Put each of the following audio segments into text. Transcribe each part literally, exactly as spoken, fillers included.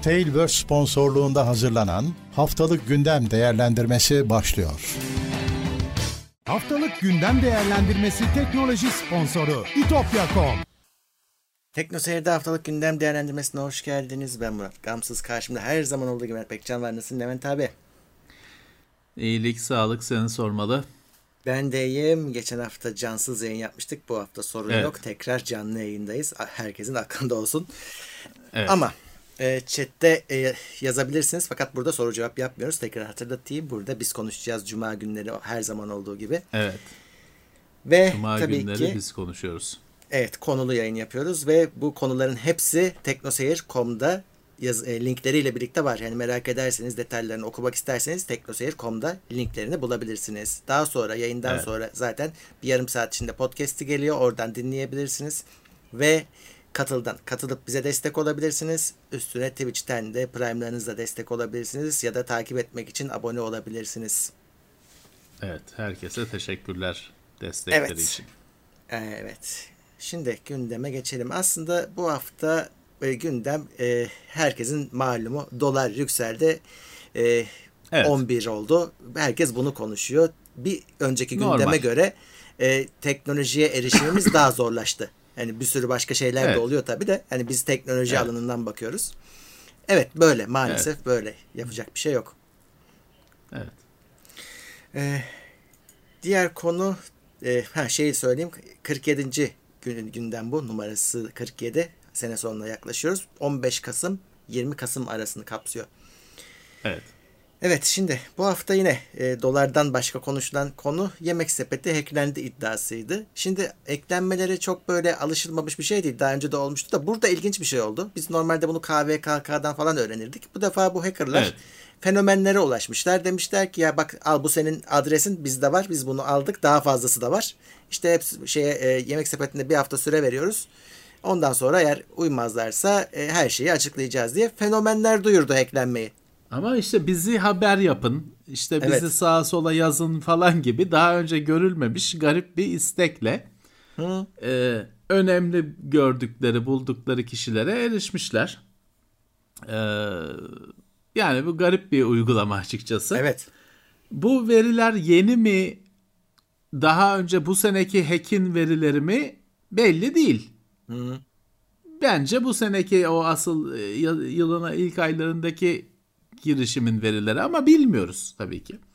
Tailverse sponsorluğunda hazırlanan Haftalık Gündem Değerlendirmesi başlıyor. Haftalık Gündem Değerlendirmesi teknoloji sponsoru itopya nokta com. Teknoseyir'de Haftalık Gündem Değerlendirmesi'ne hoş geldiniz. Ben Murat Gamsız. Karşımda her zaman olduğu gibi Levent Pekcan var. Nasılsın Levent abi? İyilik, sağlık seni sormalı. Ben de iyiyim. Geçen hafta cansız yayın yapmıştık. Bu hafta sorun evet. yok. Tekrar canlı yayındayız. Herkesin aklında olsun. Evet. Ama e, chatte e, yazabilirsiniz. Fakat burada soru cevap yapmıyoruz. Tekrar hatırlatayım. Burada biz konuşacağız Cuma günleri her zaman olduğu gibi. Evet. Ve Cuma tabii günleri ki, biz konuşuyoruz. Evet, konulu yayın yapıyoruz ve bu konuların hepsi teknoseyir nokta com'da yaz, e, linkleriyle birlikte var. Yani merak ederseniz, detaylarını okumak isterseniz teknoseyir nokta com'da linklerini bulabilirsiniz. Daha sonra yayından evet. sonra zaten bir yarım saat içinde podcast'i geliyor. Oradan dinleyebilirsiniz. Ve katıldan katılıp bize destek olabilirsiniz. Üstüne Twitch'ten de Prime'larınızla destek olabilirsiniz. Ya da takip etmek için abone olabilirsiniz. Evet, herkese teşekkürler destekleri evet. için. Evet. Şimdi gündeme geçelim. Aslında bu hafta e, gündem e, herkesin malumu dolar yükseldi. E, evet. on bir oldu. Herkes bunu konuşuyor. Bir önceki gündeme Normal. göre e, teknolojiye erişimimiz daha zorlaştı. Yani bir sürü başka şeyler evet. de oluyor tabii de. Hani biz teknoloji evet. alanından bakıyoruz. Evet böyle maalesef evet. böyle. Yapacak bir şey yok. Evet. E, diğer konu e, ha şeyi söyleyeyim. kırk yedinci Gün, gündem bu. Numarası kırk yedi. Sene sonuna yaklaşıyoruz. on beş Kasım yirmi Kasım arasını kapsıyor. Evet. Evet, şimdi bu hafta yine e, dolardan başka konuşulan konu Yemek Sepeti hacklendi iddiasıydı. Şimdi eklenmeleri çok böyle alışılmamış bir şey değil. Daha önce de olmuştu da burada ilginç bir şey oldu. Biz normalde bunu K V K K'dan falan öğrenirdik. Bu defa bu hackerlar evet. fenomenlere ulaşmışlar. Demişler ki ya bak al bu senin adresin bizde var. Biz bunu aldık. Daha fazlası da var. İşte hepsi şeye e, Yemek Sepeti'nde bir hafta süre veriyoruz. Ondan sonra eğer uymazlarsa e, her şeyi açıklayacağız diye fenomenler duyurdu hacklenmeyi. Ama işte bizi haber yapın, işte bizi evet. sağa sola yazın falan gibi daha önce görülmemiş garip bir istekle e, önemli gördükleri, buldukları kişilere erişmişler. E, yani bu garip bir uygulama açıkçası. Evet. Bu veriler yeni mi, daha önce bu seneki hack'in verileri mi belli değil. Hı. Bence bu seneki o asıl yılın ilk aylarındaki girişimin verileri ama bilmiyoruz tabii ki.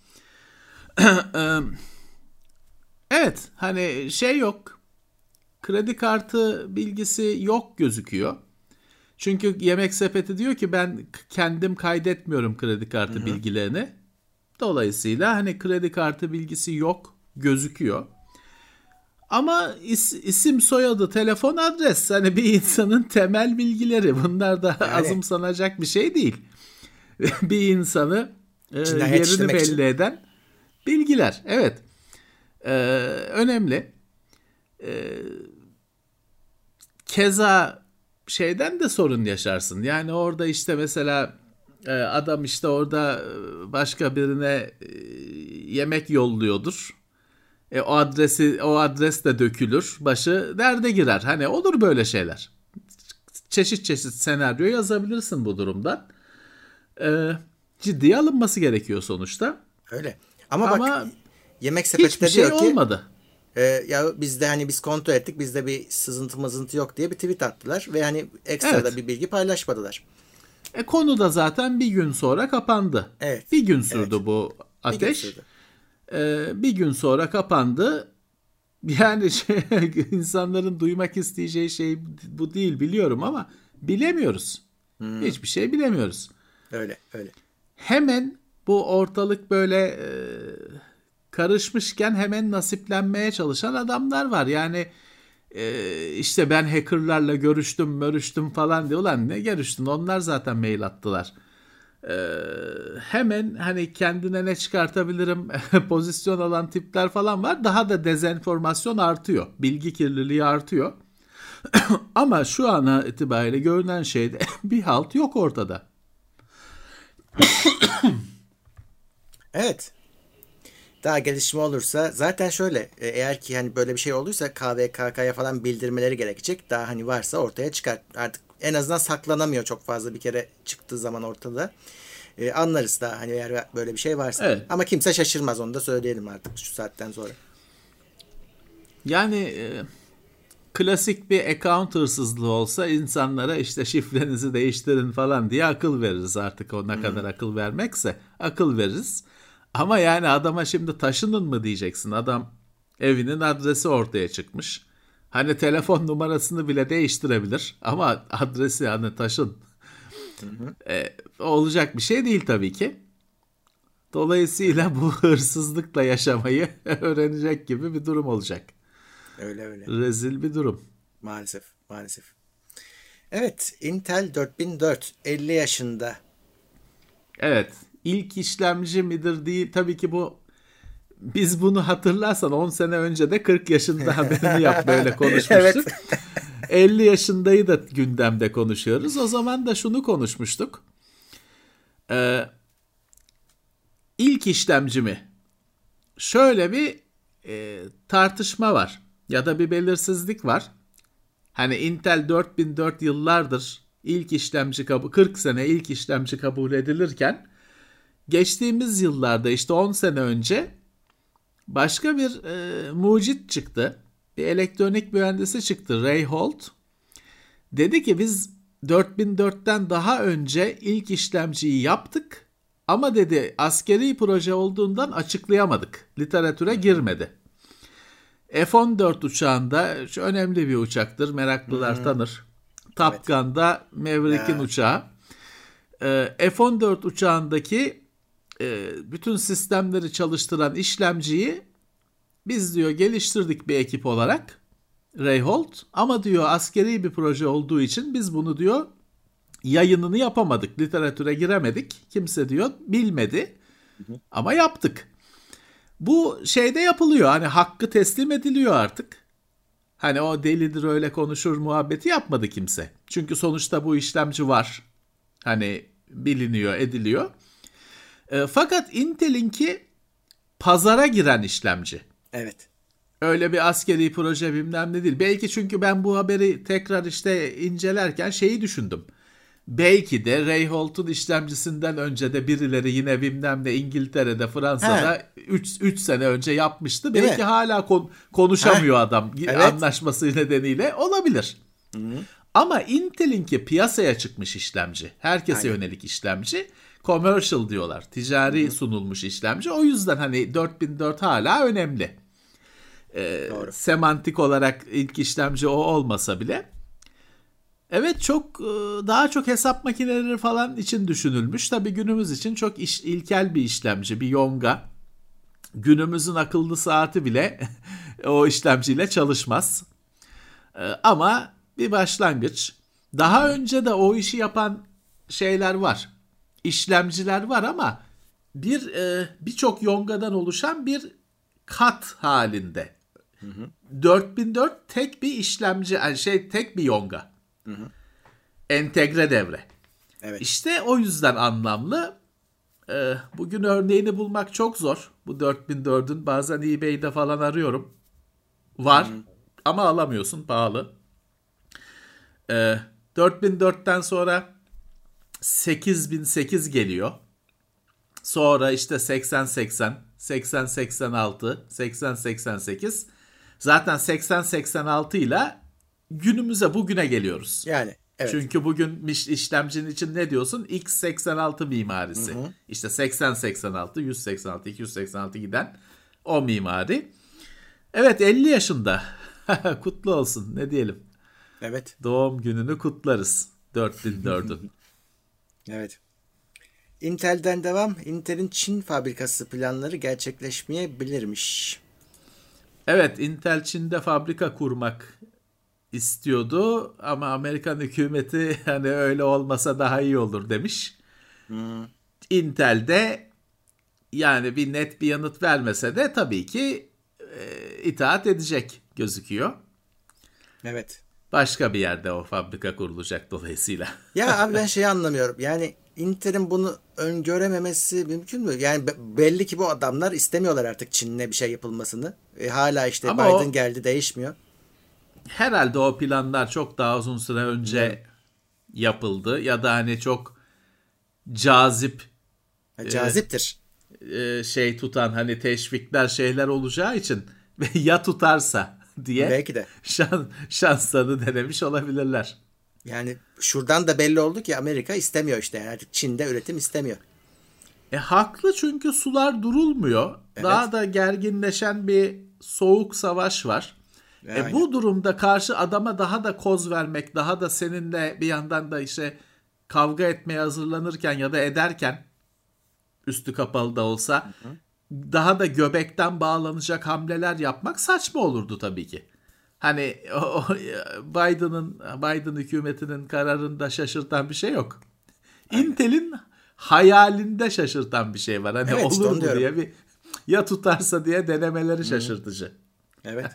Evet, hani şey yok. Kredi kartı bilgisi yok gözüküyor. Çünkü Yemek Sepeti diyor ki ben kendim kaydetmiyorum kredi kartı Hı-hı. bilgilerini. Dolayısıyla hani kredi kartı bilgisi yok gözüküyor. Ama is, isim, soyadı, telefon, adres hani bir insanın temel bilgileri. Bunlar da yani azımsanacak bir şey değil. Bir insanı e, yerini belli için. eden bilgiler. Evet. Ee, önemli. Ee, keza şeyden de sorun yaşarsın. Yani orada işte mesela e, adam işte orada başka birine e, yemek yolluyordur. E, o adresi o adres de dökülür. Başı derde girer. Hani olur böyle şeyler. Çeşit çeşit senaryo yazabilirsin bu durumda. E, ciddiye alınması gerekiyor sonuçta. Öyle. Ama, Ama bak Yemek Sepeti de diyor şey ki olmadı. E, ya bizde hani biz kontrol ettik. Bizde bir sızıntı mızıntı yok diye bir tweet attılar ve hani ekstra evet. da bir bilgi paylaşmadılar. E, konu da zaten bir gün sonra kapandı. Evet. Bir gün sürdü evet. bu ateş. Bir gün sürdü. Ee, bir gün sonra kapandı. Yani şey, insanların duymak isteyeceği şey bu değil biliyorum ama bilemiyoruz. Hmm. Hiçbir şey bilemiyoruz. Öyle, öyle. Hemen bu ortalık böyle e, karışmışken hemen nasiplenmeye çalışan adamlar var. Yani e, işte ben hackerlarla görüştüm, görüştüm falan diyor. Ulan ne görüştün? Onlar zaten mail attılar. Ee, hemen hani kendine ne çıkartabilirim pozisyon alan tipler falan var. Daha da dezenformasyon artıyor. Bilgi kirliliği artıyor. Ama şu ana itibariyle görünen şeyde bir halt yok ortada. Evet. Daha gelişme olursa zaten şöyle eğer ki hani böyle bir şey olduysa K V K K'ya falan bildirmeleri gerekecek. Daha hani varsa ortaya çıkar. Artık en azından saklanamıyor çok fazla bir kere çıktığı zaman ortada. Ee, anlarız da hani eğer böyle bir şey varsa. Evet. Ama kimse şaşırmaz, onu da söyleyelim artık şu saatten sonra. Yani e, klasik bir account hırsızlığı olsa insanlara işte şifrenizi değiştirin falan diye akıl veririz artık, o ne hmm. kadar akıl vermekse akıl veririz. Ama yani adama şimdi taşının mı diyeceksin, adam evinin adresi ortaya çıkmış. Hani telefon numarasını bile değiştirebilir ama adresi hani taşın. Hı hı. E, olacak bir şey değil tabii ki. Dolayısıyla bu hırsızlıkla yaşamayı öğrenecek gibi bir durum olacak. Öyle öyle. Rezil bir durum. Maalesef, maalesef. Evet, Intel dört bin dört elli yaşında. Evet, ilk işlemci midir değil, tabii ki bu, biz bunu hatırlarsan on sene önce de kırk yaşında haberini yap böyle konuşmuştuk. Evet. elli yaşındayı da gündemde konuşuyoruz. O zaman da şunu konuşmuştuk. Ee, ilk işlemci mi? Şöyle bir e, tartışma var ya da bir belirsizlik var. Hani Intel dört bin dört yıllardır ilk işlemci kabul, kırk sene ilk işlemci kabul edilirken geçtiğimiz yıllarda işte on sene önce başka bir e, mucit çıktı. Bir elektronik mühendisi çıktı, Ray Holt. Dedi ki biz dört bin dörtten daha önce ilk işlemciyi yaptık ama dedi askeri proje olduğundan açıklayamadık. Literatüre girmedi. F on dört uçağında, şu önemli bir uçaktır, meraklılar hmm. tanır. Top evet. Gun'da Maverick'in yeah. uçağı. E, F on dört uçağındaki e, bütün sistemleri çalıştıran işlemciyi biz diyor geliştirdik bir ekip olarak, Ray Holt, ama diyor askeri bir proje olduğu için biz bunu diyor yayınını yapamadık, literatüre giremedik, kimse diyor bilmedi hı hı. ama yaptık. Bu şeyde yapılıyor, hani hakkı teslim ediliyor artık. Hani o delidir öyle konuşur muhabbeti yapmadı kimse. Çünkü sonuçta bu işlemci var. Hani biliniyor, ediliyor. E, fakat Intel'inki pazara giren işlemci. Evet. Öyle bir askeri proje bilmem ne değil. Belki çünkü ben bu haberi tekrar işte incelerken şeyi düşündüm. Belki de Ray Holt'un işlemcisinden önce de birileri yine bilmem ne İngiltere'de, Fransa'da üç sene önce yapmıştı. Değil Belki mi? hala kon- konuşamıyor Heh. adam evet. anlaşması nedeniyle, olabilir. Hı-hı. Ama Intel'inki piyasaya çıkmış işlemci. Herkese Aynen. yönelik işlemci. Commercial diyorlar. Ticari Hı-hı. sunulmuş işlemci. O yüzden hani dört bin dört hala önemli. Ee, semantik olarak ilk işlemci o olmasa bile. Evet, çok daha çok hesap makineleri falan için düşünülmüş. Tabii günümüz için çok iş, ilkel bir işlemci, bir yonga. Günümüzün akıllı saati bile o işlemciyle çalışmaz. Ee, ama bir başlangıç. Daha önce de o işi yapan şeyler var. İşlemciler var ama bir e, birçok yongadan oluşan bir kat halinde. Hı hı. dört bin dört tek bir işlemci, yani şey tek bir yonga. Hı hı. Entegre devre. Evet. İşte o yüzden anlamlı. Ee, bugün örneğini bulmak çok zor. Bu dört bin dördün bazen eBay'de falan arıyorum. Var hı hı. ama alamıyorsun, pahalı. Ee, dört bin dörtten sonra sekiz bin sekiz geliyor. Sonra işte seksen seksen, seksen seksen altı, seksen seksen sekiz. Zaten seksen seksen altı ile günümüze, bugüne geliyoruz. Yani evet. Çünkü bugün işlemcinin için ne diyorsun? X seksen altı mimarisi. Hı hı. İşte seksen seksen altı, yüz seksen altı, iki yüz seksen altı giden o mimari. Evet, elli yaşında. Kutlu olsun, ne diyelim. Evet. Doğum gününü kutlarız dört bin dördün. Evet. Intel'den devam. Intel'in Çin fabrikası planları gerçekleşmeyebilirmiş. Evet, Intel Çin'de fabrika kurmak istiyordu ama Amerikan hükümeti hani öyle olmasa daha iyi olur demiş. Hmm. Intel de yani bir net bir yanıt vermese de tabii ki e, itaat edecek gözüküyor. Evet. Başka bir yerde o fabrika kurulacak dolayısıyla. Ya abi ben şeyi anlamıyorum. Yani Intel'in bunu öngörememesi mümkün mü? Yani belli ki bu adamlar istemiyorlar artık Çin'le bir şey yapılmasını. E, hala işte ama Biden o, geldi, değişmiyor. Herhalde o planlar çok daha uzun süre önce yapıldı ya da hani çok cazip Ha, caziptir. e, şey tutan hani teşvikler şeyler olacağı için ya tutarsa diye Belki de. şans, şanslarını denemiş olabilirler. Yani şuradan da belli oldu ki Amerika istemiyor işte. Yani artık Çin'de üretim istemiyor. E haklı, çünkü sular durulmuyor. Evet. Daha da gerginleşen bir soğuk savaş var. E Aynen. bu durumda karşı adama daha da koz vermek, daha da seninle bir yandan da işte kavga etmeye hazırlanırken ya da ederken, üstü kapalı da olsa, hı hı, daha da göbekten bağlanacak hamleler yapmak saçma olurdu tabii ki. Hani o, o, Biden'ın Biden hükümetinin kararında şaşırtan bir şey yok. Aynen. Intel'in hayalinde şaşırtan bir şey var. Hani evet, olur işte mu diye bir, ya tutarsa diye denemeleri şaşırtıcı. Evet.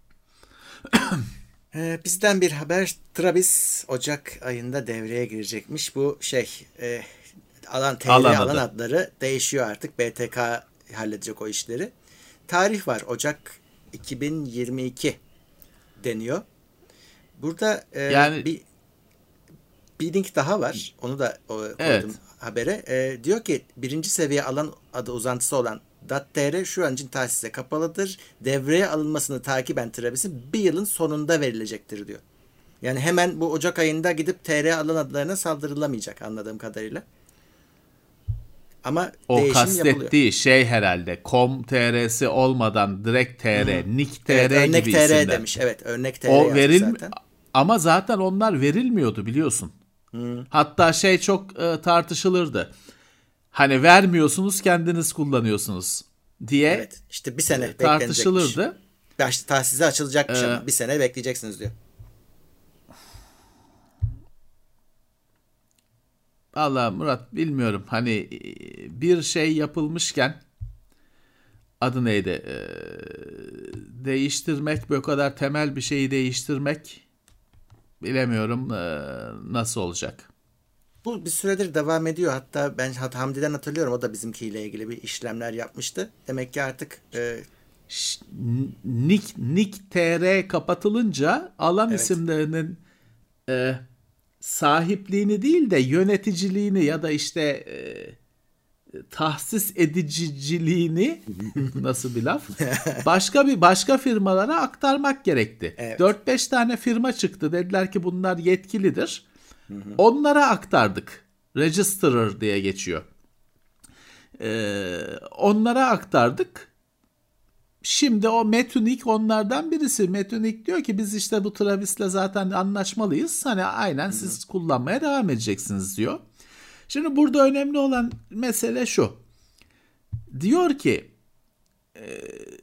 ee, bizden bir haber. Travis Ocak ayında devreye girecekmiş. Bu şey e, alan T R alan, alan adları değişiyor artık. B T K halledecek o işleri. Tarih var. Ocak iki bin yirmi iki deniyor. Burada e, yani bir bir link daha var. Onu da o, koydum evet. habere. E, diyor ki birinci seviye alan adı uzantısı olan .tr şu an için tahsise kapalıdır. Devreye alınmasını takiben Travis'in bir yılın sonunda verilecektir diyor. Yani hemen bu Ocak ayında gidip T R alan adlarına saldırılamayacak anladığım kadarıyla. Ama o değişim kastettiği yapılıyor. şey herhalde com.tr'si olmadan direkt T R, hmm. Nick T R evet, gibi isimler. Örnek T R isimler. demiş. Evet, örnek T R o veril zaten. Ama zaten onlar verilmiyordu biliyorsun. Hmm. Hatta şey çok e, tartışılırdı. Hani vermiyorsunuz, kendiniz kullanıyorsunuz diye. Evet, işte bir sene e, tartışılırdı. Başta tahsise açılacakmış ee, ama bir sene bekleyeceksiniz diyor. Vallahi Murat bilmiyorum. Hani bir şey yapılmışken adı neydi? Ee, değiştirmek, bu kadar temel bir şeyi değiştirmek bilemiyorum ee, nasıl olacak. Bu bir süredir devam ediyor. Hatta ben Hamdi'den hatırlıyorum. O da bizimkiyle ilgili bir işlemler yapmıştı. Demek ki artık e... Nick, Nick T R kapatılınca alan evet. isimlerinin e, sahipliğini değil de yöneticiliğini ya da işte e, tahsis ediciliğini nasıl bir laf? Başka bir başka firmalara aktarmak gerekti. Evet. dört beş tane firma çıktı. Dediler ki bunlar yetkilidir. Hı hı. Onlara aktardık. Registerer diye geçiyor. Ee, onlara aktardık. Şimdi o Metunik onlardan birisi. Metunik diyor ki biz işte bu Travis'le zaten anlaşmalıyız. Hani aynen Hı-hı. siz kullanmaya devam edeceksiniz diyor. Şimdi burada önemli olan mesele şu. Diyor ki e,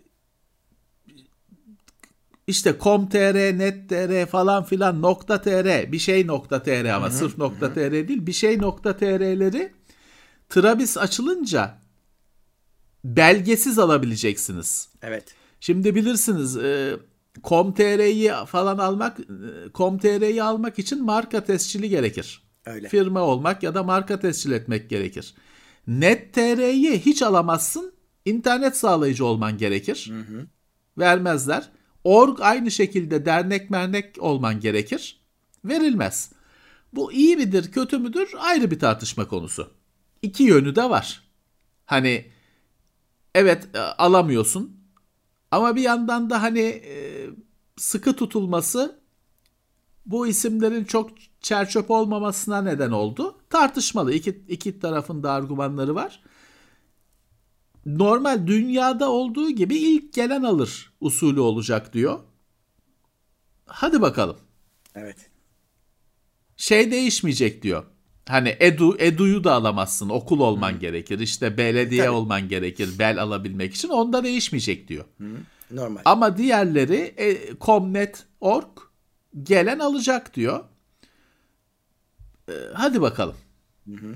işte com.tr, net.tr falan filan nokta .tr bir şey nokta .tr ama Hı-hı. sırf nokta Hı-hı. .tr değil bir şey nokta .tr'leri Travis açılınca belgesiz alabileceksiniz. Evet. Şimdi bilirsiniz e, com.tr'yi falan almak e, com.tr'yi almak için marka tescili gerekir. Öyle. Firma olmak ya da marka tescil etmek gerekir. Net.tr'yi hiç alamazsın. İnternet sağlayıcı olman gerekir. Hı hı. Vermezler. Org aynı şekilde dernek mernek olman gerekir. Verilmez. Bu iyi midir kötü müdür ayrı bir tartışma konusu. İki yönü de var. Hani evet alamıyorsun ama bir yandan da hani sıkı tutulması bu isimlerin çok çerçöp olmamasına neden oldu. Tartışmalı. İki, iki tarafın da argümanları var. Normal dünyada olduğu gibi ilk gelen alır usulü olacak diyor. Hadi bakalım. Evet. Şey değişmeyecek diyor. Hani edu eduyu da alamazsın. Okul olman hmm. gerekir. İşte belediye Tabii. olman gerekir. Bel alabilmek için. Onda değişmeyecek diyor. Hmm. Normal. Ama diğerleri e, com.net nokta org gelen alacak diyor. E, hadi bakalım. Hı hı.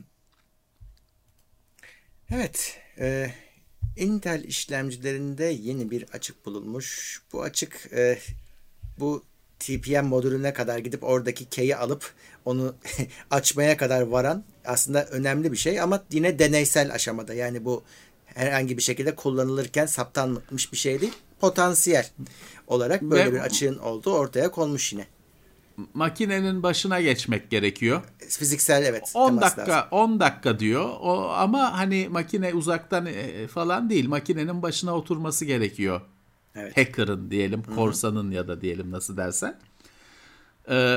Evet. E, Intel işlemcilerinde yeni bir açık bulunmuş. Bu açık e, bu T P M modülüne kadar gidip oradaki key'i alıp onu açmaya kadar varan aslında önemli bir şey ama yine deneysel aşamada. Yani bu herhangi bir şekilde kullanılırken saptanmış bir şey değil. Potansiyel olarak böyle Ve, bir açığın olduğu ortaya konmuş yine. makinenin başına geçmek gerekiyor. Fiziksel evet. on temas dakika lazım. on dakika diyor. O ama hani makine uzaktan e, falan değil. Makinenin başına oturması gerekiyor. Evet. Hacker'ın diyelim, korsanın ya da diyelim nasıl dersen. Ee,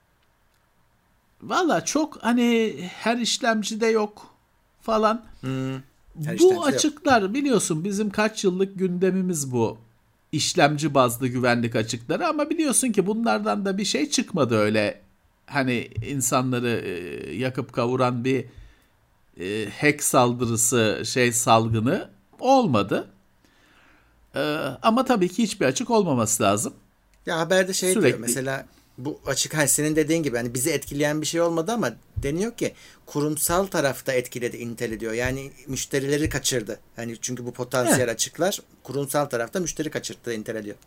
Valla çok hani her işlemcide yok falan. Her işlemcide Bu yok. açıklar biliyorsun bizim kaç yıllık gündemimiz bu. İşlemci bazlı güvenlik açıkları ama biliyorsun ki bunlardan da bir şey çıkmadı öyle. Hani insanları e, yakıp kavuran bir e, hack saldırısı şey salgını olmadı. E, ama tabii ki hiçbir açık olmaması lazım. Ya haberde şey Sürekli- diyor mesela, bu açık hani senin dediğin gibi hani bizi etkileyen bir şey olmadı ama deniyor ki kurumsal tarafta etkiledi Intel'i diyor. Yani müşterileri kaçırdı. Yani çünkü bu potansiyel Heh. açıklar kurumsal tarafta müşteri kaçırttı Intel'e diyor.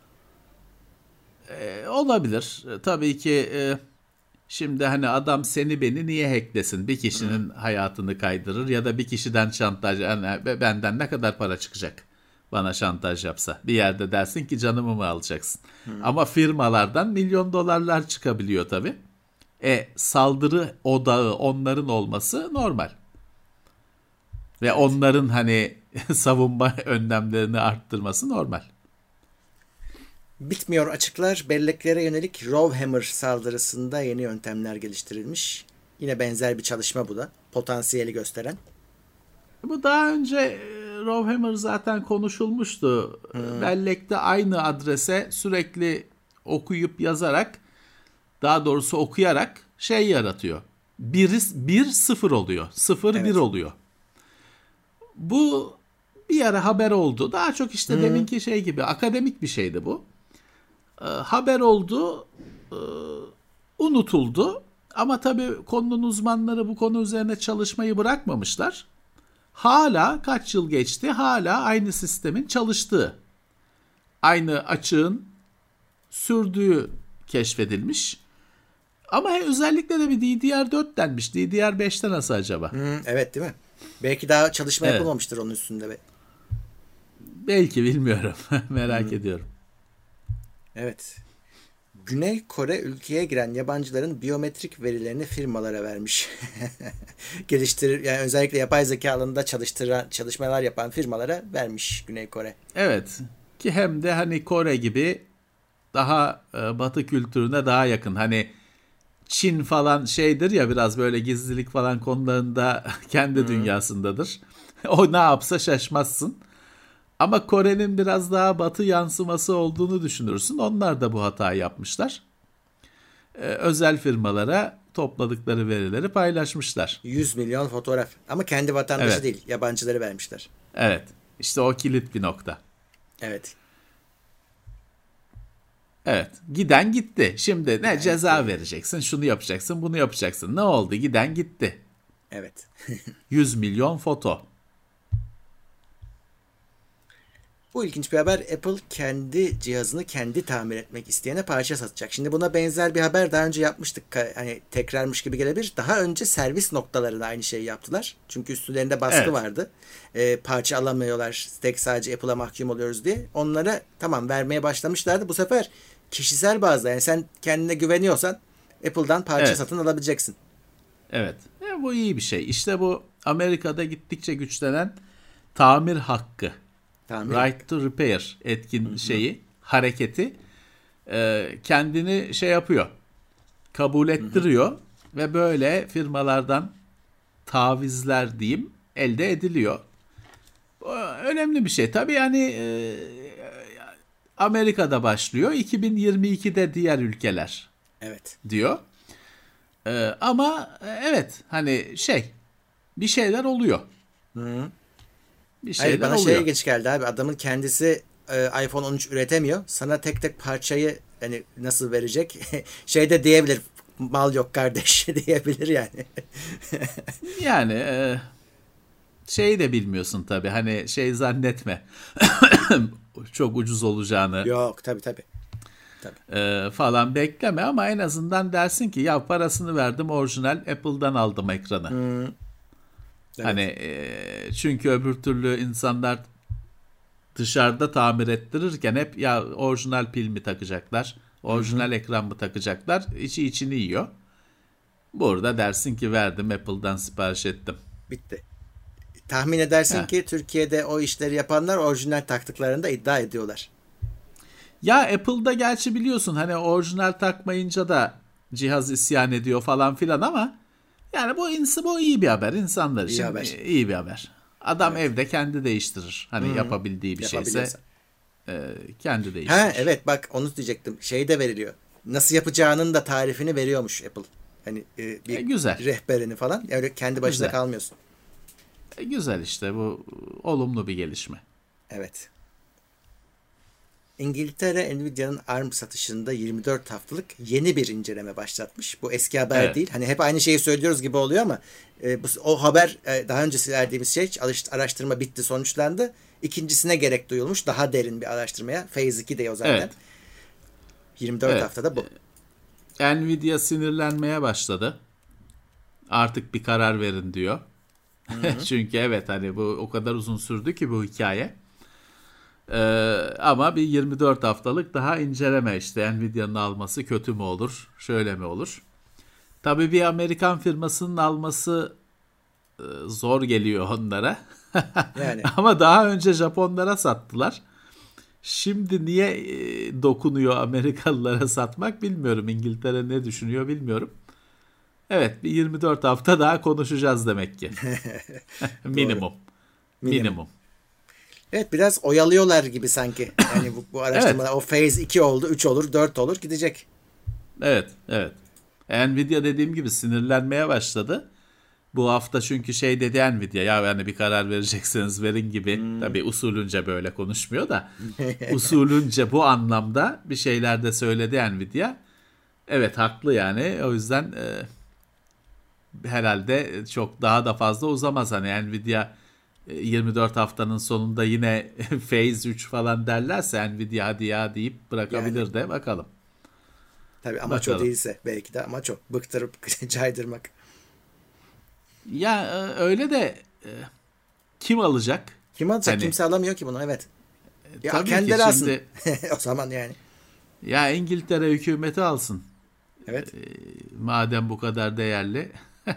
E, olabilir. E, tabii ki e, şimdi hani adam seni beni niye hacklesin? Bir kişinin hayatını kaydırır ya da bir kişiden şantaj, yani be- benden ne kadar para çıkacak bana şantaj yapsa? Bir yerde dersin ki canımı mı alacaksın? Ama firmalardan milyon dolarlar çıkabiliyor tabii. E saldırı odağı onların olması normal. Ve onların hani savunma önlemlerini arttırması normal. Bitmiyor açıklar. Belleklere yönelik Rowhammer saldırısında yeni yöntemler geliştirilmiş. Yine benzer bir çalışma bu da. Potansiyeli gösteren. Bu daha önce e, Rowhammer zaten konuşulmuştu. Bellekte aynı adrese sürekli okuyup yazarak, daha doğrusu okuyarak şey yaratıyor. Bir, bir sıfır oluyor. Sıfır Evet. bir oluyor. Bu bir ara haber oldu. Daha çok işte deminki şey gibi akademik bir şeydi bu. E, haber oldu, e, unutuldu. Ama tabii konunun uzmanları bu konu üzerine çalışmayı bırakmamışlar. Hala kaç yıl geçti, hala aynı sistemin çalıştığı, aynı açığın sürdüğü keşfedilmiş. Ama özellikle de bir D D R dört denmiş. D D R beşte nasıl acaba? Hı, evet değil mi? Belki daha çalışma Evet. yapılmamıştır onun üstünde. be. Belki bilmiyorum. Merak ediyorum. Evet. Güney Kore ülkeye giren yabancıların biyometrik verilerini firmalara vermiş. Geliştirir yani özellikle yapay zeka alanında çalıştıran çalışmalar yapan firmalara vermiş Güney Kore. Evet. Ki hem de hani Kore gibi daha e, Batı kültürüne daha yakın. Hani Çin falan şeydir ya, biraz böyle gizlilik falan konularında kendi dünyasındadır. O ne yapsa şaşmazsın. Ama Kore'nin biraz daha Batı yansıması olduğunu düşünürsün. Onlar da bu hatayı yapmışlar. Ee, özel firmalara topladıkları verileri paylaşmışlar. yüz milyon fotoğraf ama kendi vatandaşı Evet. değil, yabancıları vermişler. Evet. İşte o kilit bir nokta. Evet. Evet. Giden gitti. Şimdi ne ceza vereceksin, şunu yapacaksın, bunu yapacaksın. Ne oldu? Giden gitti. Evet. yüz milyon foto. Bu ilginç bir haber. Apple kendi cihazını kendi tamir etmek isteyene parça satacak. Şimdi buna benzer bir haber daha önce yapmıştık. Ka- Hani tekrarmış gibi gelebilir. Daha önce servis noktalarında aynı şeyi yaptılar. Çünkü üstlerinde baskı Evet. vardı. Ee, parça alamıyorlar. Tek sadece Apple'a mahkum oluyoruz diye. Onlara tamam vermeye başlamışlardı. Bu sefer kişisel bazda yani sen kendine güveniyorsan Apple'dan parça Evet. satın alabileceksin. Evet. E, bu iyi bir şey. İşte bu Amerika'da gittikçe güçlenen tamir hakkı. Tamir. Right to repair etkin şeyi, hareketi e, kendini şey yapıyor. Kabul ettiriyor ve böyle firmalardan tavizler diyeyim elde ediliyor. Bu önemli bir şey. Tabii yani e, Amerika'da başlıyor. iki bin yirmi ikide diğer ülkeler Evet. diyor. E, ama e, evet hani şey bir şeyler oluyor. Bir Hayır şeyler bana oluyor. şey geç geldi abi. Adamın kendisi e, iPhone on üç üretemiyor. Sana tek tek parçayı hani nasıl verecek? Şey de diyebilir. Mal yok kardeş diyebilir yani. Yani e, şey de bilmiyorsun tabii. Hani şey zannetme. Çok ucuz olacağını Yok tabii tabii. e, falan bekleme ama en azından dersin ki ya parasını verdim, orijinal Apple'dan aldım ekranı. Evet. Hani e, çünkü öbür türlü insanlar dışarıda tamir ettirirken hep ya orijinal pil mi takacaklar? Orijinal ekran mı takacaklar? İçi içini yiyor. Burada dersin ki verdim, Apple'dan sipariş ettim. Bitti. Tahmin edersin Ha. ki Türkiye'de o işleri yapanlar orijinal taktıklarını da iddia ediyorlar. Ya Apple'da gerçi biliyorsun hani orijinal takmayınca da cihaz isyan ediyor falan filan ama yani bu insi bu iyi bir haber insanlar için. İyi haber. iyi bir haber. Adam evde kendi değiştirir. Hani yapabildiği bir şeyse Yapabiliyorsa. e, kendi değiştirir. Ha evet bak onu diyecektim. Şey de veriliyor. Nasıl yapacağının da tarifini veriyormuş Apple. Hani e, bir E, güzel. rehberini falan. Öyle kendi başına Güzel. kalmıyorsun. E, güzel işte bu olumlu bir gelişme. Evet. İngiltere Nvidia'nın ARM satışında yirmi dört haftalık yeni bir inceleme başlatmış. Bu eski haber Evet. değil. Hani hep aynı şeyi söylüyoruz gibi oluyor ama e, bu, o haber e, daha öncesi verdiğimiz şey alış- araştırma bitti, sonuçlandı. İkincisine gerek duyulmuş. Daha derin bir araştırmaya. Phase iki de o zaten. Evet. yirmi dört Evet. haftada bu. Nvidia sinirlenmeye başladı. Artık bir karar verin diyor. Çünkü evet hani bu o kadar uzun sürdü ki bu hikaye. Ee, ama bir yirmi dört haftalık daha inceleme işte Nvidia'nın alması kötü mü olur, şöyle mi olur? Tabii bir Amerikan firmasının alması e, zor geliyor onlara. Yani. Ama daha önce Japonlara sattılar. Şimdi niye e, dokunuyor Amerikalılara satmak bilmiyorum. İngiltere ne düşünüyor bilmiyorum. Evet bir yirmi dört hafta daha konuşacağız demek ki. Minimum. Minimum. Evet biraz oyalıyorlar gibi sanki. Yani bu, bu araştırmalar o phase iki oldu, üç olur, dört olur gidecek. Evet, evet. Nvidia dediğim gibi sinirlenmeye başladı. Bu hafta çünkü şey dedi Nvidia ya yani bir karar verecekseniz verin gibi. Hmm. Tabii usulünce böyle konuşmuyor da usulünce bu anlamda bir şeyler de söyledi Nvidia. Evet haklı yani o yüzden e, herhalde çok daha da fazla uzamaz. Hani Nvidia yirmi dört haftanın sonunda yine phase üç falan derlerse Nvidia hadi ya deyip bırakabilir yani. De bakalım. Tabii amaç bakalım. O değilse belki de amaç o. Bıktırıp caydırmak. Ya öyle de kim alacak? Kim alacak? Hani, kimse alamıyor ki bunu evet. Ya tabii kendileri ki alsın. şimdi, o zaman yani. Ya İngiltere hükümeti alsın. Evet. E, madem bu kadar değerli.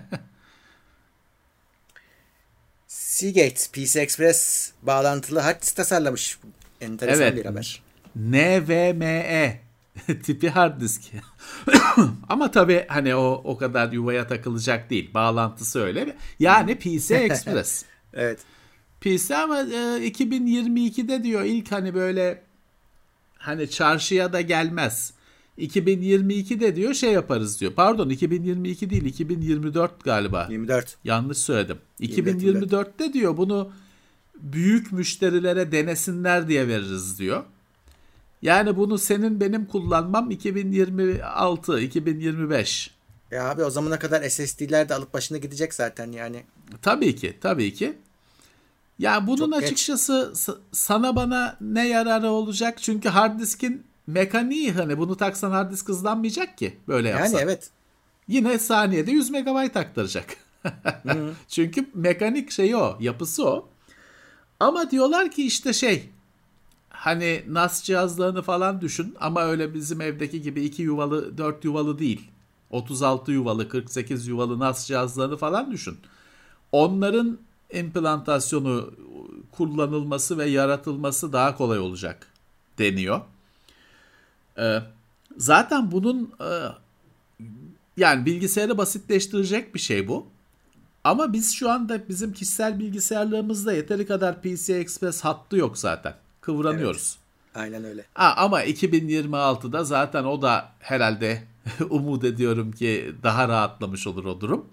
Seagate P C Express bağlantılı hard disk tasarlamış. Enteresan evet. bir haber. N V M E tipi hard disk. Ama tabii hani o o kadar yuvaya takılacak değil. Bağlantısı öyle. Yani P C Express. Evet. P C ama e, iki bin yirmi ikide diyor ilk hani böyle hani çarşıya da gelmez. iki bin yirmi ikide diyor şey yaparız diyor. Pardon iki bin yirmi iki değil iki bin yirmi dört galiba. yirmi dört. Yanlış söyledim. iki bin yirmi dörtte diyor bunu büyük müşterilere denesinler diye veririz diyor. Yani bunu senin benim kullanmam iki bin yirmi altı iki bin yirmi beş. Ya abi o zamana kadar S S D'ler de alıp başına gidecek zaten yani. Tabii ki tabii ki. Ya bunun çok açıkçası geç. Sana bana ne yararı olacak? Çünkü hard diskin mekaniği hani bunu taksan hard disk hızlanmayacak ki böyle yapsan. Yani evet. Yine saniyede yüz megabayt aktaracak. Çünkü mekanik şeyi o, yapısı o. Ama diyorlar ki işte şey hani N A S cihazlarını falan düşün ama öyle bizim evdeki gibi iki yuvalı, dört yuvalı değil. otuz altı yuvalı, kırk sekiz yuvalı N A S cihazlarını falan düşün. Onların implantasyonu, kullanılması ve yaratılması daha kolay olacak deniyor. Ee, zaten bunun e, yani bilgisayarı basitleştirecek bir şey bu. Ama biz şu anda bizim kişisel bilgisayarlarımızda yeteri kadar P C Express hattı yok zaten. Kıvranıyoruz. Evet, aynen öyle. Ha, ama iki bin yirmi altıda zaten o da herhalde umut ediyorum ki daha rahatlamış olur o durum.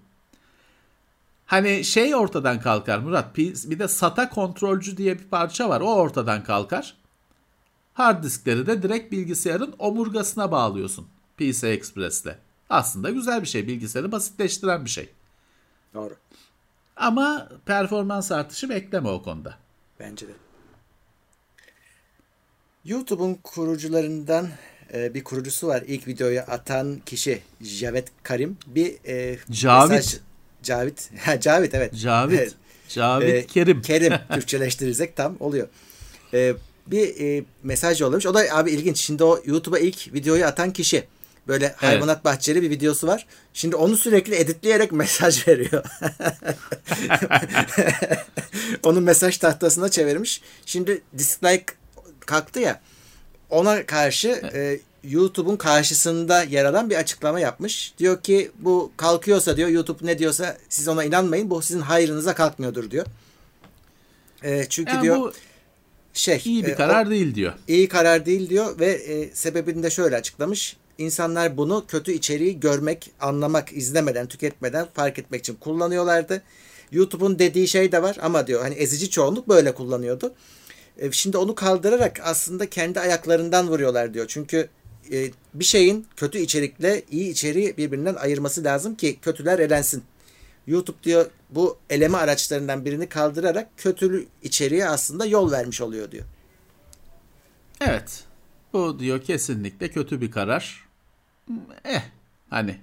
Hani şey ortadan kalkar Murat. Bir de SATA kontrolcü diye bir parça var. O ortadan kalkar. Hard diskleri de direkt bilgisayarın omurgasına bağlıyorsun. P C Express'le. Aslında güzel bir şey. Bilgisayarı basitleştiren bir şey. Doğru. Ama performans artışı bekleme o konuda. Bence de. YouTube'un kurucularından e, bir kurucusu var. İlk videoyu atan kişi Cavit Karim. Bir e, Cavit. Mesaj, Cavit. Ha, Cavit evet. Cavit. Evet. Cavit e, Kerim. Kerim. Türkçeleştirirsek tam oluyor. E, bir e, mesaj yollamış. O da abi ilginç. Şimdi o YouTube'a ilk videoyu atan kişi. Böyle evet. Hayvanat bahçeli bir videosu var. Şimdi onu sürekli editleyerek mesaj veriyor. Onu mesaj tahtasına çevirmiş. Şimdi dislike kalktı ya. Ona karşı e, YouTube'un karşısında yer alan bir açıklama yapmış. Diyor ki bu kalkıyorsa diyor YouTube ne diyorsa siz ona inanmayın. Bu sizin hayrınıza kalkmıyordur diyor. E, çünkü yani diyor şey iyi bir e, karar o, değil diyor. İyi karar değil diyor ve e, sebebini de şöyle açıklamış. İnsanlar bunu kötü içeriği görmek, anlamak, izlemeden, tüketmeden fark etmek için kullanıyorlardı. YouTube'un dediği şey de var ama diyor hani ezici çoğunluk böyle kullanıyordu. E, şimdi onu kaldırarak aslında kendi ayaklarından vuruyorlar diyor. Çünkü e, bir şeyin kötü içerikle iyi içeriği birbirinden ayırması lazım ki kötüler elensin. YouTube diyor bu eleme araçlarından birini kaldırarak kötü içeriğe aslında yol vermiş oluyor diyor. Evet. Bu diyor kesinlikle kötü bir karar. Eh hani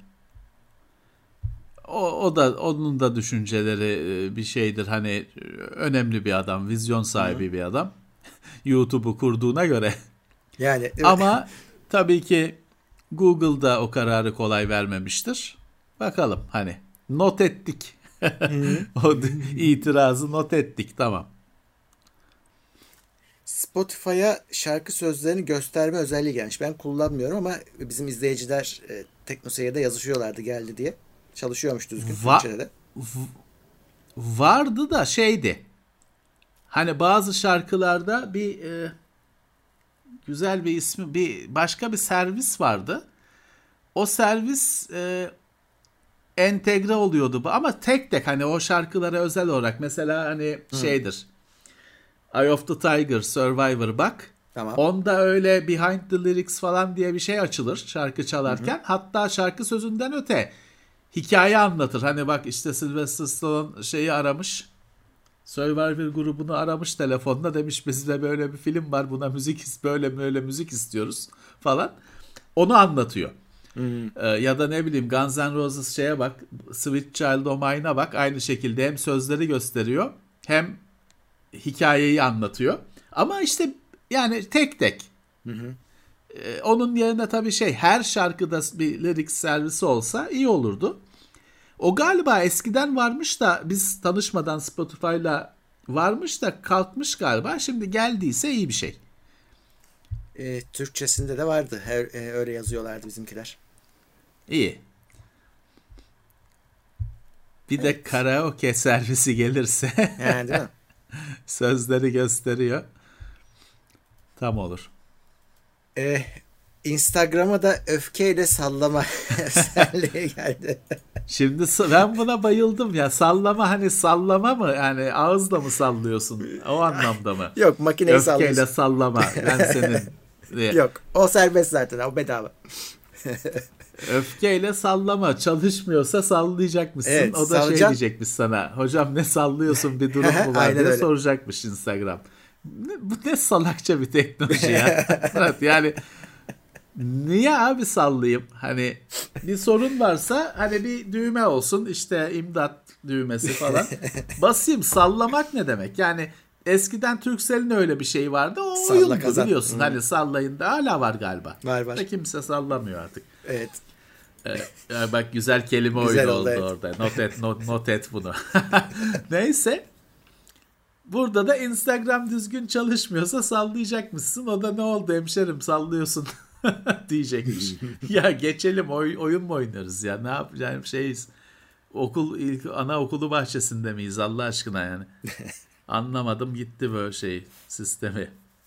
o, o da onun da düşünceleri bir şeydir. Hani önemli bir adam, vizyon sahibi Hı. bir adam. YouTube'u kurduğuna göre. Yani ama tabii ki Google'da o kararı kolay vermemiştir. Bakalım hani not ettik. O itirazı not ettik, tamam. Spotify'a şarkı sözlerini gösterme özelliği gelmiş. Ben kullanmıyorum ama bizim izleyiciler e, Teknoseyir'de yazışıyorlardı geldi diye. Çalışıyormuş düzgün. Va- de. Vardı da şeydi. Hani bazı şarkılarda bir e, güzel bir ismi, bir başka bir servis vardı. O servis e, entegre oluyordu ama tek tek hani o şarkılara özel olarak mesela hani Hı. şeydir. Eye of the Tiger, Survivor bak. Tamam. Onda öyle Behind the Lyrics falan diye bir şey açılır şarkı çalarken. Hı hı. Hatta şarkı sözünden öte hikaye anlatır. Hani bak işte Sylvester Stallone şeyi aramış. Survivor grubunu aramış telefonda, demiş bizde böyle bir film var, buna müzik böyle böyle müzik istiyoruz falan. Onu anlatıyor. Hmm. Ee, ya da ne bileyim Guns N' Roses şeye bak, Sweet Child O' Mine'a bak, aynı şekilde hem sözleri gösteriyor hem hikayeyi anlatıyor. Ama işte yani tek tek. Hı hı. Ee, onun yerine tabii şey, her şarkıda bir lyrics servisi olsa iyi olurdu. O galiba eskiden varmış da biz tanışmadan Spotify'la varmış da kalkmış galiba. Şimdi geldiyse iyi bir şey. E, Türkçesinde de vardı. Her, e, öyle yazıyorlardı bizimkiler. İyi. Bir evet. de karaoke servisi gelirse. Yani değil mi? Sözleri gösteriyor. Tam olur. E, Instagram'a da öfkeyle sallama özelliği geldi. Şimdi ben buna bayıldım ya. Sallama, hani sallama mı? Yani ağızla mı sallıyorsun? O anlamda mı? Yok, makineyi sallıyorsun. Öfkeyle sallama. Ben senin. Yok. O serbest zaten. O bedava. Öfkeyle sallama. Çalışmıyorsa sallayacakmışsın. Evet, o da sallayacağım. Şey diyecekmiş sana. Hocam ne sallıyorsun, bir durum mu var diye öyle soracakmış Instagram. Ne, bu ne salakça bir teknoloji ya. Yani niye abi sallayayım? Hani bir sorun varsa hani bir düğme olsun, işte imdat düğmesi falan. Basayım. Sallamak ne demek? Yani eskiden Turkcell'in öyle bir şey vardı. O Salla oyundu kazan. Biliyorsun. Hı. Hani sallayın da hala var galiba. Var var. Da kimse sallamıyor artık. Evet. Ee, bak güzel kelime güzel oyunu oldu, oldu evet. Orada. Not et, not, not et bunu. Neyse. Burada da Instagram düzgün çalışmıyorsa sallayacakmışsın. O da ne oldu hemşerim sallıyorsun diyecekmiş. Ya geçelim, oy, oyun mu oynarız ya? Ne yapacağım şeyiz? Okul, ilk anaokulu bahçesinde miyiz Allah aşkına yani? Anlamadım gitti böyle şey sistemi.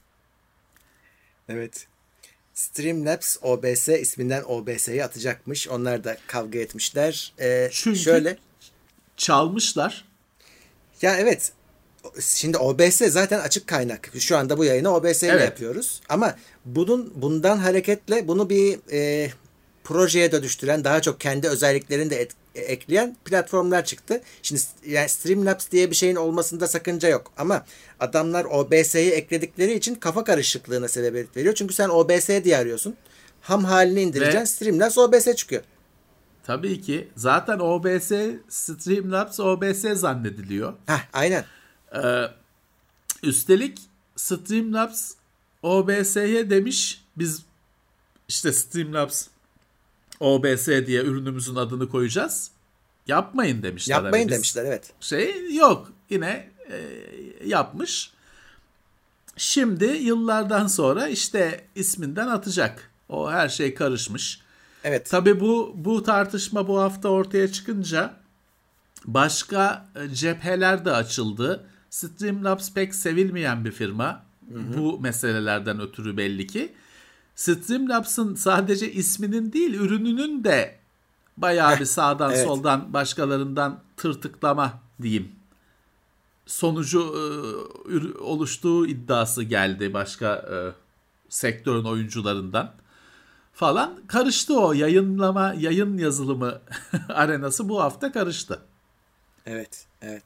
Evet. Streamlabs O B S isminden O B S'yi atacakmış. Onlar da kavga etmişler. Ee, Çünkü şöyle çalmışlar. Ya evet. Şimdi O B S zaten açık kaynak. Şu anda bu yayını O B S ile evet. yapıyoruz. Ama bunun bundan hareketle bunu bir e, projeye dönüştüren, daha çok kendi özelliklerini de et, e, ekleyen platformlar çıktı. Şimdi yani Streamlabs diye bir şeyin olmasında sakınca yok. Ama adamlar O B S'yi ekledikleri için kafa karışıklığına sebebiyet veriyor. Çünkü sen O B S diye arıyorsun. Ham halini indireceksin. Ve Streamlabs O B S çıkıyor. Tabii ki. Zaten O B S, Streamlabs O B S zannediliyor. Heh, aynen. Ee, üstelik Streamlabs O B S'ye demiş biz işte Streamlabs O B S diye ürünümüzün adını koyacağız. Yapmayın demişler. Yapmayın hani demişler, evet. Şey yok yine e, yapmış. Şimdi yıllardan sonra işte isminden atacak. O her şey karışmış. Evet. Tabii bu bu tartışma bu hafta ortaya çıkınca başka cepheler de açıldı. Streamlabs pek sevilmeyen bir firma. Hı hı. Bu meselelerden ötürü belli ki. Streamlabs'ın sadece isminin değil, ürününün de bayağı bir sağdan evet. soldan başkalarından tırtıklama diyeyim sonucu e, oluştuğu iddiası geldi başka e, sektörün oyuncularından falan. Karıştı o yayınlama, yayın yazılımı arenası bu hafta karıştı. Evet, evet.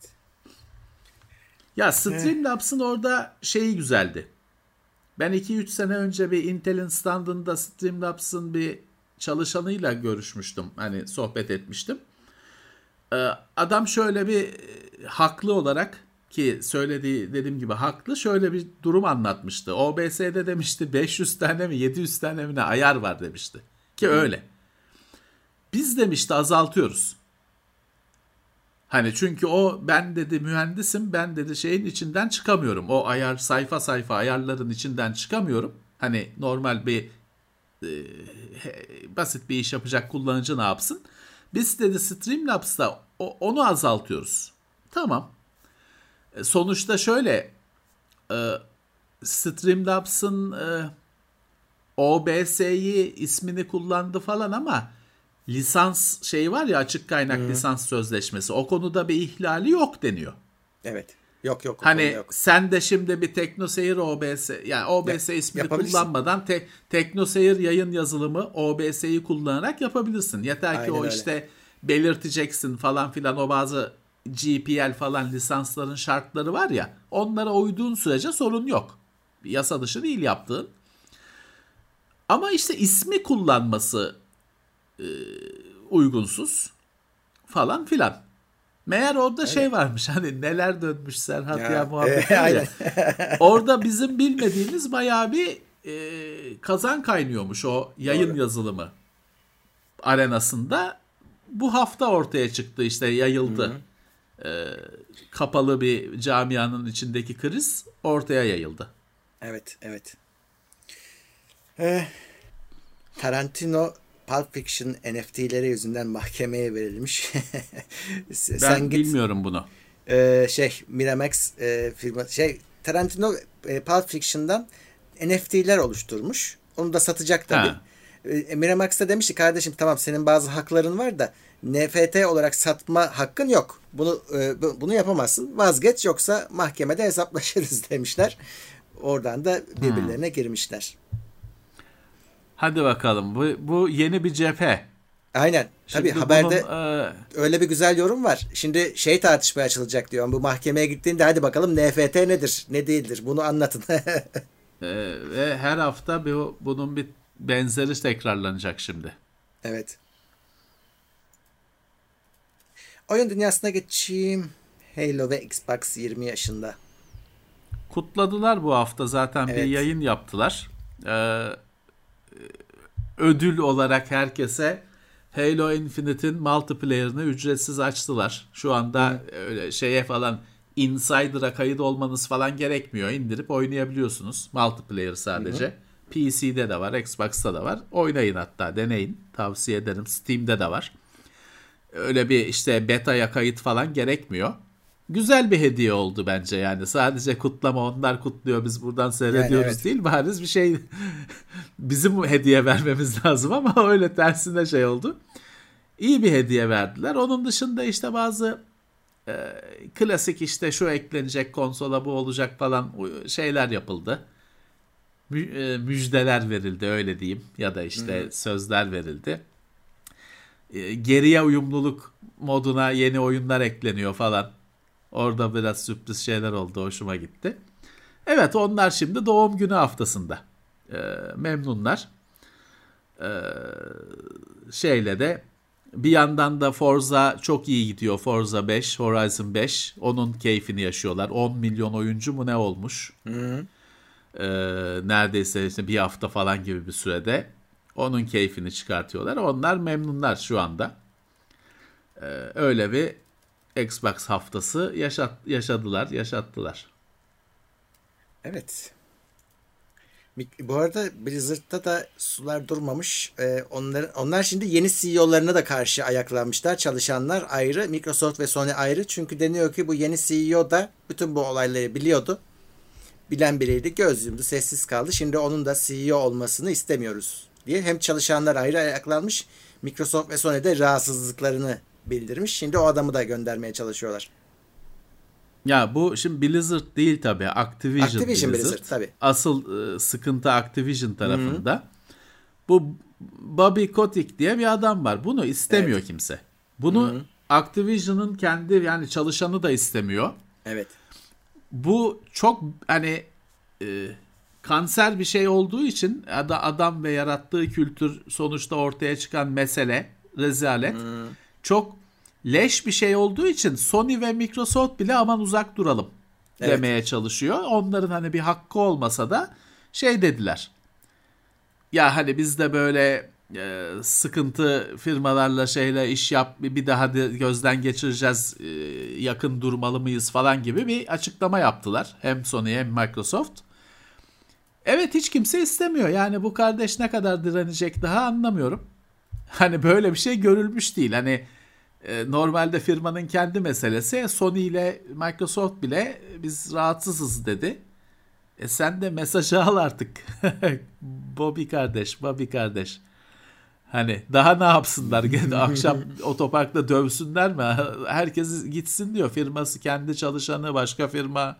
Ya Streamlabs'ın orada şeyi güzeldi. Ben iki üç sene önce bir Intel'in standında Streamlabs'ın bir çalışanıyla görüşmüştüm. Hani sohbet etmiştim. Ee, adam şöyle bir haklı olarak ki söylediği dediğim gibi haklı şöyle bir durum anlatmıştı. O B S'de demişti beş yüz tane mi yedi yüz tane mi ne ayar var demişti. Ki hmm. öyle. Biz demişti azaltıyoruz. Hani çünkü o ben dedi mühendisim ben dedi şeyin içinden çıkamıyorum. O ayar sayfa sayfa ayarların içinden çıkamıyorum. Hani normal bir e, basit bir iş yapacak kullanıcı ne yapsın? Biz dedi Streamlabs'ta o, onu azaltıyoruz. Tamam. E, sonuçta şöyle e, Streamlabs'ın e, O B S'yi ismini kullandı falan ama lisans şeyi var ya açık kaynak hmm. lisans sözleşmesi. O konuda bir ihlali yok deniyor. Evet. Yok yok. Hani yok. sen de şimdi bir TeknoSeyir O B S yani O B S ya, ismini kullanmadan te, TeknoSeyir yayın yazılımı O B S'yi kullanarak yapabilirsin. Yeter ki Aynen o öyle. işte belirteceksin falan filan o bazı G P L falan lisansların şartları var ya onlara uyduğun sürece sorun yok. Yasa dışı değil yaptığın. Ama işte ismi kullanması e, uygunsuz falan filan. Meğer orada evet. şey varmış hani neler dönmüş Serhat ya, ya muhabbet e, orada bizim bilmediğimiz bayağı bir e, kazan kaynıyormuş o yayın Doğru. yazılımı arenasında. Bu hafta ortaya çıktı işte yayıldı. E, kapalı bir camianın içindeki kriz ortaya yayıldı. Evet evet. Ee, Tarantino Pulp Fiction N F T'leri yüzünden mahkemeye verilmiş. Sen ben git, bilmiyorum bunu. E, şey Miramax e, firma şey Tarantino e, Pulp Fiction'dan N F T'ler oluşturmuş. Onu da satacak tabii. E, Miramax da demişti kardeşim tamam senin bazı hakların var da N F T olarak satma hakkın yok. Bunu e, bunu yapamazsın. Vazgeç yoksa mahkemede hesaplaşırız demişler. Oradan da birbirlerine hmm. girmişler. Hadi bakalım. Bu, bu yeni bir cephe. Aynen. Şimdi tabii haberde bunun, e... öyle bir güzel yorum var. Şimdi şey tartışmaya açılacak diyor. Bu mahkemeye gittiğinde hadi bakalım N F T nedir? Ne değildir? Bunu anlatın. e, ve her hafta bu, bunun bir benzeri tekrarlanacak şimdi. Evet. Oyun dünyasına geçeyim. Halo ve Xbox yirmi yaşında. Kutladılar bu hafta zaten evet. bir yayın yaptılar. Ee, ödül olarak herkese Halo Infinite'in multiplayer'ını ücretsiz açtılar. Şu anda Hı. öyle şeye falan Insider'a kayıt olmanız falan gerekmiyor. İndirip oynayabiliyorsunuz. Multiplayer sadece. Hı. P C'de de var, Xbox'ta da var. Oynayın hatta, deneyin. Tavsiye ederim. Steam'de de var. Öyle bir işte beta'ya kayıt falan gerekmiyor. Güzel bir hediye oldu bence yani. Sadece kutlama onlar kutluyor biz buradan seyrediyoruz yani evet. değil. Bariz bir şey bizim hediye vermemiz lazım ama öyle tersine şey oldu. İyi bir hediye verdiler. Onun dışında işte bazı e, klasik işte şu eklenecek konsola bu olacak falan şeyler yapıldı. Mü, e, müjdeler verildi öyle diyeyim ya da işte hmm. sözler verildi. E, geriye uyumluluk moduna yeni oyunlar ekleniyor falan. Orada biraz sürpriz şeyler oldu. Hoşuma gitti. Evet onlar şimdi doğum günü haftasında. Ee, memnunlar. Ee, şeyle de bir yandan da Forza çok iyi gidiyor. Forza beş, Horizon beş. Onun keyfini yaşıyorlar. on milyon oyuncu mu ne olmuş? Hı hı. Ee, neredeyse işte bir hafta falan gibi bir sürede onun keyfini çıkartıyorlar. Onlar memnunlar şu anda. Ee, öyle bir Xbox haftası yaşat, yaşadılar, yaşattılar. Evet. Bu arada Blizzard'da da sular durmamış. Ee, onlar, onlar şimdi yeni C E O'larına da karşı ayaklanmışlar. Çalışanlar ayrı, Microsoft ve Sony ayrı. Çünkü deniyor ki bu yeni C E O da bütün bu olayları biliyordu. Bilen biriydi, göz yumdu, sessiz kaldı. Şimdi onun da C E O olmasını istemiyoruz diye. Hem çalışanlar ayrı ayaklanmış, Microsoft ve Sony de rahatsızlıklarını bildirmiş. Şimdi o adamı da göndermeye çalışıyorlar. Ya bu şimdi Blizzard değil tabii. Activision, Activision Blizzard. Blizzard tabii. Asıl e, sıkıntı Activision tarafında. Hı-hı. Bu Bobby Kotick diye bir adam var. Bunu istemiyor evet. kimse. Bunu Hı-hı. Activision'ın kendi yani çalışanı da istemiyor. Evet. Bu çok hani e, kanser bir şey olduğu için adam ve yarattığı kültür sonuçta ortaya çıkan mesele, rezalet. Hı-hı. Çok leş bir şey olduğu için Sony ve Microsoft bile aman uzak duralım evet. demeye çalışıyor. Onların hani bir hakkı olmasa da şey dediler. Ya hani biz de böyle e, sıkıntı firmalarla şeyle iş yap bir daha de gözden geçireceğiz e, yakın durmalı mıyız falan gibi bir açıklama yaptılar. Hem Sony hem Microsoft. Evet hiç kimse istemiyor. Yani bu kardeş ne kadar direnecek daha anlamıyorum. Hani böyle bir şey görülmüş değil. Hani normalde firmanın kendi meselesi. Sony ile Microsoft bile biz rahatsızız dedi. E sen de mesajı al artık. Bobby kardeş, Bobby kardeş. Hani daha ne yapsınlar? Akşam otoparkta dövsünler mi? Herkes gitsin diyor. Firması, kendi çalışanı, başka firma.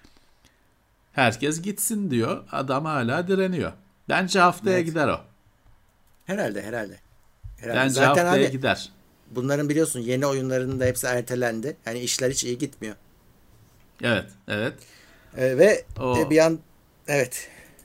Herkes gitsin diyor. Adam hala direniyor. Bence haftaya evet. gider o. Herhalde, herhalde. herhalde. Bence Zaten haftaya abi, gider. Bunların biliyorsun yeni oyunlarının da hepsi ertelendi. Yani işler hiç iyi gitmiyor. Evet, evet. Ee, ve o, bir an evet.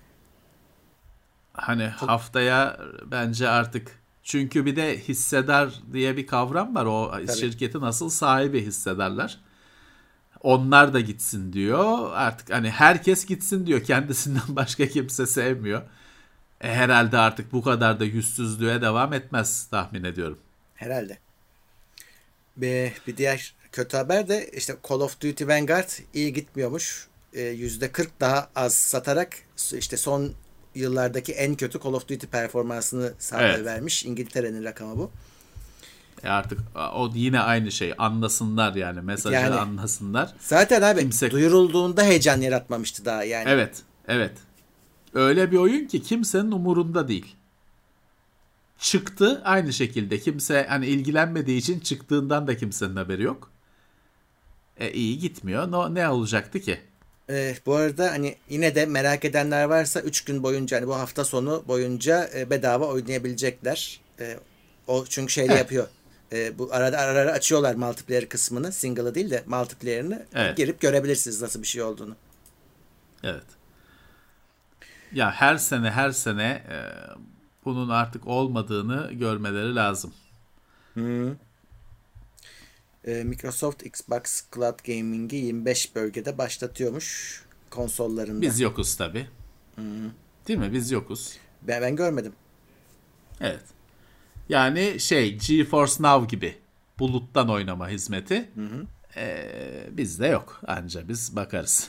Hani haftaya bence artık çünkü bir de hissedar diye bir kavram var. O Tabii. şirketin asıl sahibi hissedarlar. Onlar da gitsin diyor. Artık hani herkes gitsin diyor. Kendisinden başka kimse sevmiyor. E, herhalde artık bu kadar da yüzsüzlüğe devam etmez tahmin ediyorum. Herhalde. Bir, bir diğer kötü haber de işte Call of Duty Vanguard iyi gitmiyormuş. E, yüzde kırk daha az satarak işte son yıllardaki en kötü Call of Duty performansını sahaya evet. vermiş. İngiltere'nin rakamı bu. E artık o yine aynı şey. Anlasınlar yani. Mesajı yani, anlasınlar. Zaten abi kimse... duyurulduğunda heyecan yaratmamıştı daha yani. Evet. Evet. Öyle bir oyun ki kimsenin umurunda değil. Çıktı aynı şekilde. Kimse hani ilgilenmediği için çıktığından da kimsenin haberi yok. E iyi gitmiyor. No, ne olacaktı ki? Ee, bu arada hani yine de merak edenler varsa üç gün boyunca hani bu hafta sonu boyunca e, bedava oynayabilecekler. E, o çünkü şeyle evet. yapıyor. E, bu arada ara ara açıyorlar multiplayer kısmını. Single'ı değil de multiplayer'ını evet. girip görebilirsiniz nasıl bir şey olduğunu. Evet. Ya her sene her sene e, bunun artık olmadığını görmeleri lazım. Hmm. Ee, Microsoft Xbox Cloud Gaming'i yirmi beş bölgede başlatıyormuş konsollarında. Biz yokuz tabii. Hmm. Değil mi? Biz yokuz. Ben, ben görmedim. Evet. Yani şey GeForce Now gibi buluttan oynama hizmeti. Hı hı. Ee, bizde yok. Anca biz bakarız.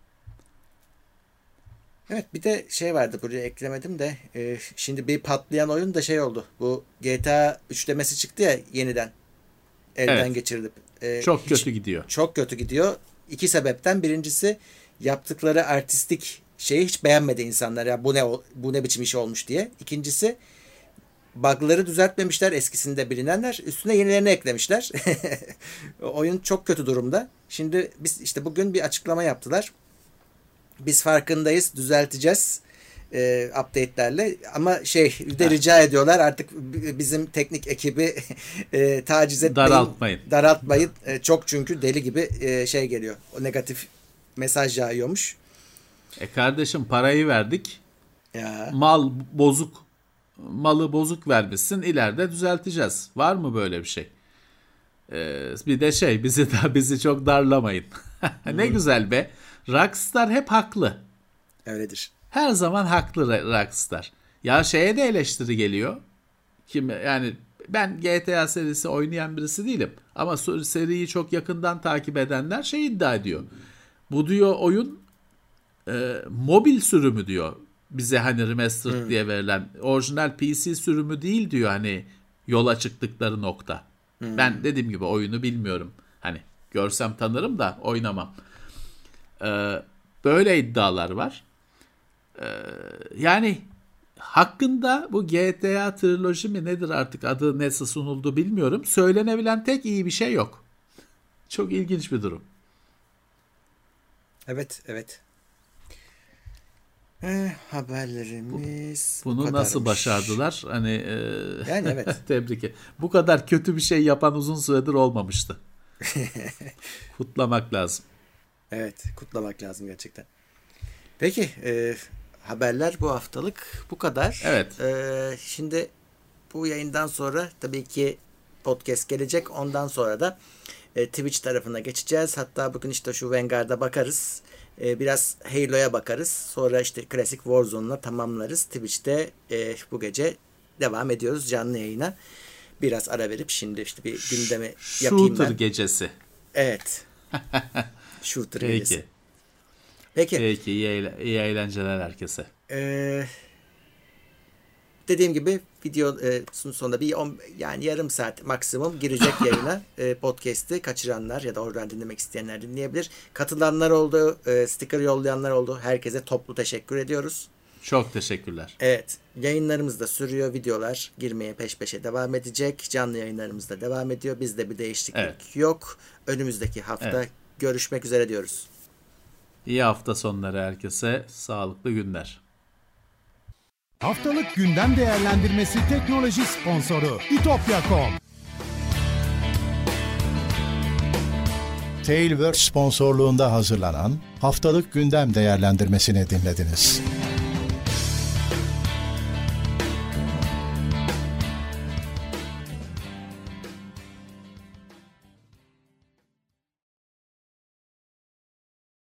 Evet bir de şey vardı buraya eklemedim de e, şimdi bir patlayan oyun da şey oldu. Bu G T A üçlemesi çıktı ya yeniden. Elden evet. geçirilip. E, çok hiç, kötü gidiyor. Çok kötü gidiyor. İki sebepten birincisi yaptıkları artistik şeyi hiç beğenmedi insanlar. Ya bu ne bu ne biçim iş olmuş diye. İkincisi bug'ları düzeltmemişler eskisinde bilinenler. Üstüne yenilerini eklemişler. Oyun çok kötü durumda. Şimdi biz işte bugün bir açıklama yaptılar. Biz farkındayız, düzelteceğiz e, update'lerle ama şey de rica ediyorlar artık bizim teknik ekibi e, taciz etmeyin, daraltmayın. Daraltmayın. E, çok çünkü deli gibi e, şey geliyor. O negatif mesaj yağıyormuş. E kardeşim parayı verdik. Ya. Mal bozuk. Malı bozuk vermişsin. İleride düzelteceğiz. Var mı böyle bir şey? Ee, bir de şey bizi da bizi çok darlamayın. Ne güzel be. Rockstar hep haklı. Öyledir. Her zaman haklı Rockstar. Ya şeye de eleştiri geliyor. Kim yani ben G T A serisi oynayan birisi değilim. Ama seriyi çok yakından takip edenler şey iddia ediyor. Bu diyor oyun e, mobil sürümü diyor. Bize hani remastered hmm. diye verilen orijinal P C sürümü değil diyor hani yola çıktıkları nokta. Hmm. Ben dediğim gibi oyunu bilmiyorum. Hani görsem tanırım da oynamam. Ee, böyle iddialar var. Ee, yani hakkında bu G T A triloji mi nedir artık adı nasıl sunuldu bilmiyorum. Söylenebilen tek iyi bir şey yok. Çok ilginç bir durum. Evet, evet. Eh, haberlerimiz bu, bunu nasıl başardılar? Hani e, yani evet. Tebrik ederim. Bu kadar kötü bir şey yapan uzun süredir olmamıştı. Kutlamak lazım. Evet, kutlamak lazım gerçekten. Peki, e, haberler bu haftalık bu kadar. Evet. E, şimdi bu yayından sonra tabii ki podcast gelecek. Ondan sonra da e, Twitch tarafına geçeceğiz. Hatta bugün işte şu Vanguard'a bakarız. E, biraz Halo'ya bakarız. Sonra işte klasik Warzone'la tamamlarız. Twitch'te e, bu gece devam ediyoruz canlı yayına. Biraz ara verip şimdi işte bir gündemi yapayım ben. Shooter gecesi. Evet. Shooter Peki. gecesi. Peki. Peki. İyi, eğle- iyi eğlenceler herkese. Ee, dediğim gibi video e, sonunda bir on, yani yarım saat maksimum girecek yayına. E, podcast'i kaçıranlar ya da oradan dinlemek isteyenler dinleyebilir. Katılanlar oldu, e, sticker yollayanlar oldu. Herkese toplu teşekkür ediyoruz. Çok teşekkürler. Evet. Yayınlarımız da sürüyor. Videolar girmeye peş peşe devam edecek. Canlı yayınlarımız da devam ediyor. Bizde bir değişiklik evet. yok. Önümüzdeki hafta evet. görüşmek üzere diyoruz. İyi hafta sonları herkese. Sağlıklı günler. Haftalık gündem değerlendirmesi teknoloji sponsoru itopya nokta com. Tailwords sponsorluğunda hazırlanan Haftalık Gündem Değerlendirmesini dinlediniz.